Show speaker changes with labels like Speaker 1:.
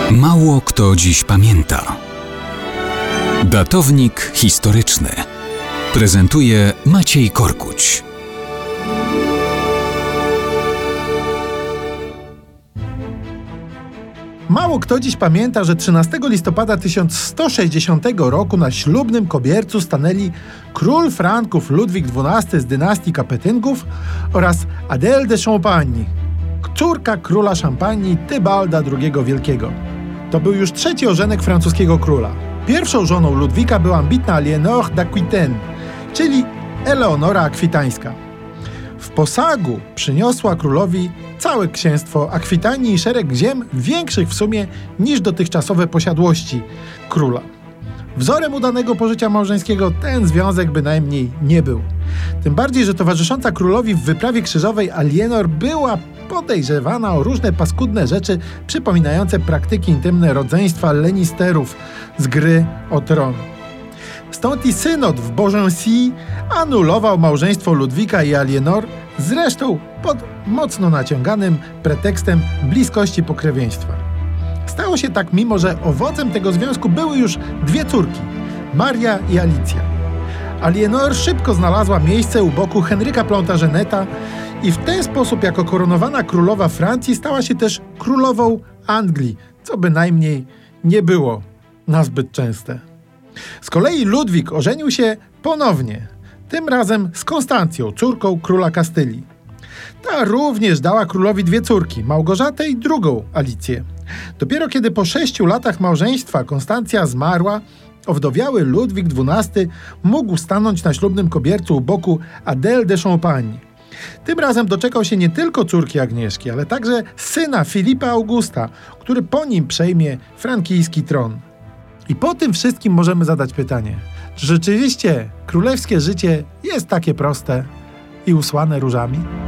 Speaker 1: Mało kto dziś pamięta. Datownik historyczny prezentuje Maciej Korkuć.
Speaker 2: Mało kto dziś pamięta, że 13 listopada 1160 roku na ślubnym kobiercu stanęli król Franków Ludwik XII z dynastii Kapetyngów oraz Adèle de Champagne, córka króla Szampanii Tybalda II Wielkiego. To był już trzeci ożenek francuskiego króla. Pierwszą żoną Ludwika była ambitna Aliénor d'Aquitaine, czyli Eleonora Akwitańska. W posagu przyniosła królowi całe księstwo Akwitanii i szereg ziem większych w sumie niż dotychczasowe posiadłości króla. Wzorem udanego pożycia małżeńskiego ten związek bynajmniej nie był. Tym bardziej, że towarzysząca królowi w wyprawie krzyżowej Aliénor była podejrzewana o różne paskudne rzeczy przypominające praktyki intymne rodzeństwa Lannisterów z Gry o Tron. Stąd i synod w Beaugency anulował małżeństwo Ludwika i Aliénor, zresztą pod mocno naciąganym pretekstem bliskości pokrewieństwa. Stało się tak, mimo że owocem tego związku były już dwie córki, Maria i Alicja. Aliénor szybko znalazła miejsce u boku Henryka Plantageneta i w ten sposób jako koronowana królowa Francji stała się też królową Anglii, co bynajmniej nie było nazbyt częste. Z kolei Ludwik ożenił się ponownie, tym razem z Konstancją, córką króla Kastylii. Ta również dała królowi dwie córki, Małgorzatę i drugą Alicję. Dopiero kiedy po 6 latach małżeństwa Konstancja zmarła, owdowiały Ludwik XII mógł stanąć na ślubnym kobiercu u boku Adèle de Champagne. Tym razem doczekał się nie tylko córki Agnieszki, ale także syna Filipa Augusta, który po nim przejmie frankijski tron. I po tym wszystkim możemy zadać pytanie, czy rzeczywiście królewskie życie jest takie proste i usłane różami?